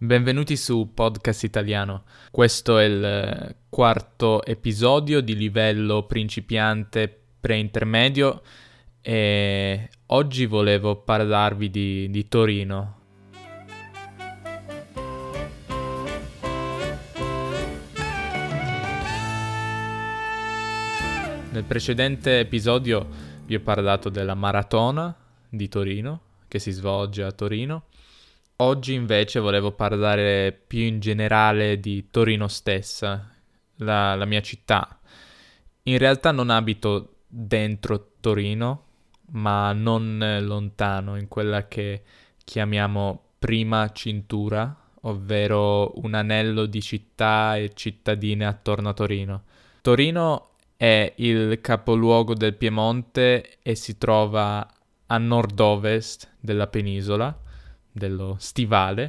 Benvenuti su Podcast Italiano. Questo è il quarto episodio di livello principiante pre-intermedio e oggi volevo parlarvi di Torino. Nel precedente episodio vi ho parlato della maratona di Torino, che si svolge a Torino. Oggi invece volevo parlare più in generale di Torino stessa, la mia città. In realtà non abito dentro Torino, ma non lontano, in quella che chiamiamo prima cintura, ovvero un anello di città e cittadine attorno a Torino. Torino è il capoluogo del Piemonte e si trova a nord-ovest della penisola, dello Stivale,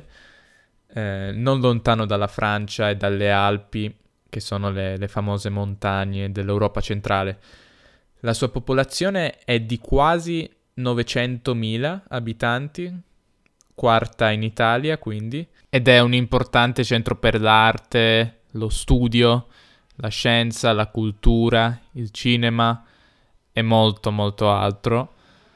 non lontano dalla Francia e dalle Alpi, che sono le famose montagne dell'Europa centrale. La sua popolazione è di quasi 900.000 abitanti, quarta in Italia quindi, ed è un importante centro per l'arte, lo studio, la scienza, la cultura, il cinema e molto molto altro,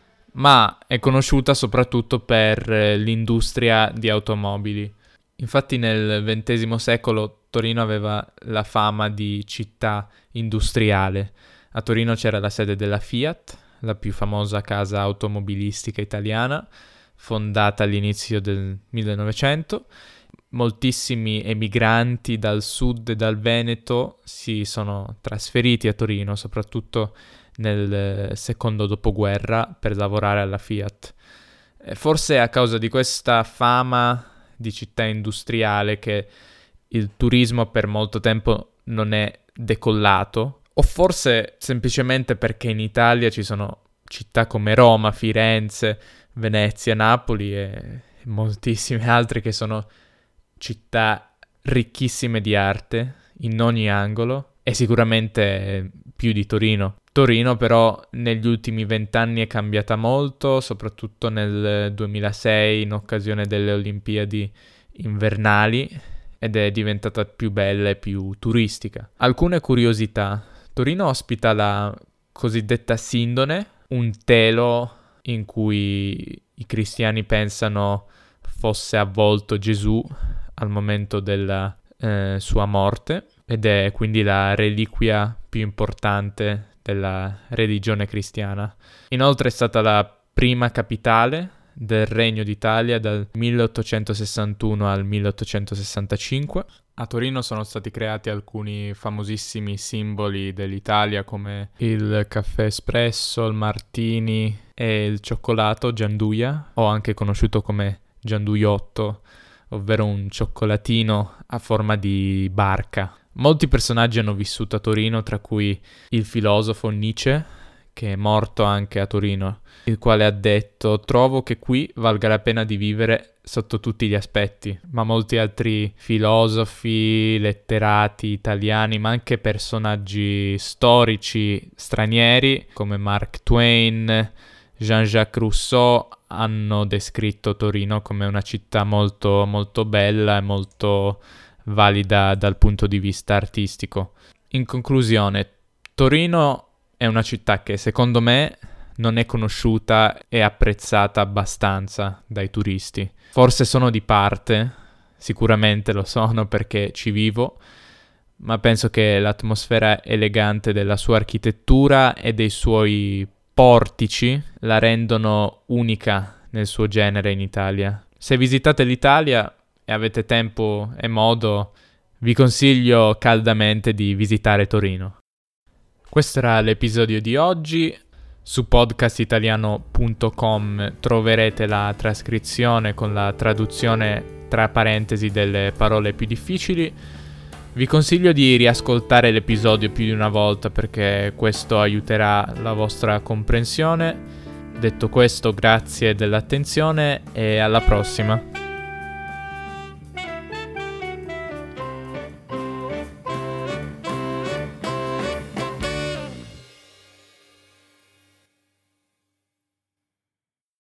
ma è conosciuta soprattutto per l'industria di automobili. Infatti nel XX secolo Torino aveva la fama di città industriale. A Torino c'era la sede della Fiat, la più famosa casa automobilistica italiana, fondata all'inizio del 1900. Moltissimi emigranti dal sud e dal Veneto si sono trasferiti a Torino, soprattutto nel secondo dopoguerra, per lavorare alla Fiat. Forse è a causa di questa fama di città industriale che il turismo per molto tempo non è decollato, o forse semplicemente perché in Italia ci sono città come Roma, Firenze, Venezia, Napoli e moltissime altre che sono città ricchissime di arte in ogni angolo, e sicuramente più di Torino. Torino però negli ultimi 20 anni è cambiata molto, soprattutto nel 2006 in occasione delle Olimpiadi invernali, ed è diventata più bella e più turistica. Alcune curiosità. Torino ospita la cosiddetta Sindone, un telo in cui i cristiani pensano fosse avvolto Gesù al momento della sua morte, ed è quindi la reliquia più importante della religione cristiana. Inoltre è stata la prima capitale del Regno d'Italia dal 1861 al 1865. A Torino sono stati creati alcuni famosissimi simboli dell'Italia come il caffè espresso, il martini e il cioccolato Gianduia, o anche conosciuto come Gianduiotto, ovvero un cioccolatino a forma di barca. Molti personaggi hanno vissuto a Torino, tra cui il filosofo Nietzsche, che è morto anche a Torino, il quale ha detto: «Trovo che qui valga la pena di vivere sotto tutti gli aspetti», ma molti altri filosofi, letterati italiani, ma anche personaggi storici stranieri come Mark Twain, Jean-Jacques Rousseau hanno descritto Torino come una città molto molto bella e molto valida dal punto di vista artistico. In conclusione, Torino è una città che secondo me non è conosciuta e apprezzata abbastanza dai turisti. Forse sono di parte, sicuramente lo sono perché ci vivo, ma penso che l'atmosfera elegante della sua architettura e dei suoi portici la rendono unica nel suo genere in Italia. Se visitate l'Italia e avete tempo e modo, vi consiglio caldamente di visitare Torino. Questo era l'episodio di oggi. Su podcastitaliano.com troverete la trascrizione con la traduzione tra parentesi delle parole più difficili. Vi consiglio di riascoltare l'episodio più di una volta perché questo aiuterà la vostra comprensione. Detto questo, grazie dell'attenzione e alla prossima.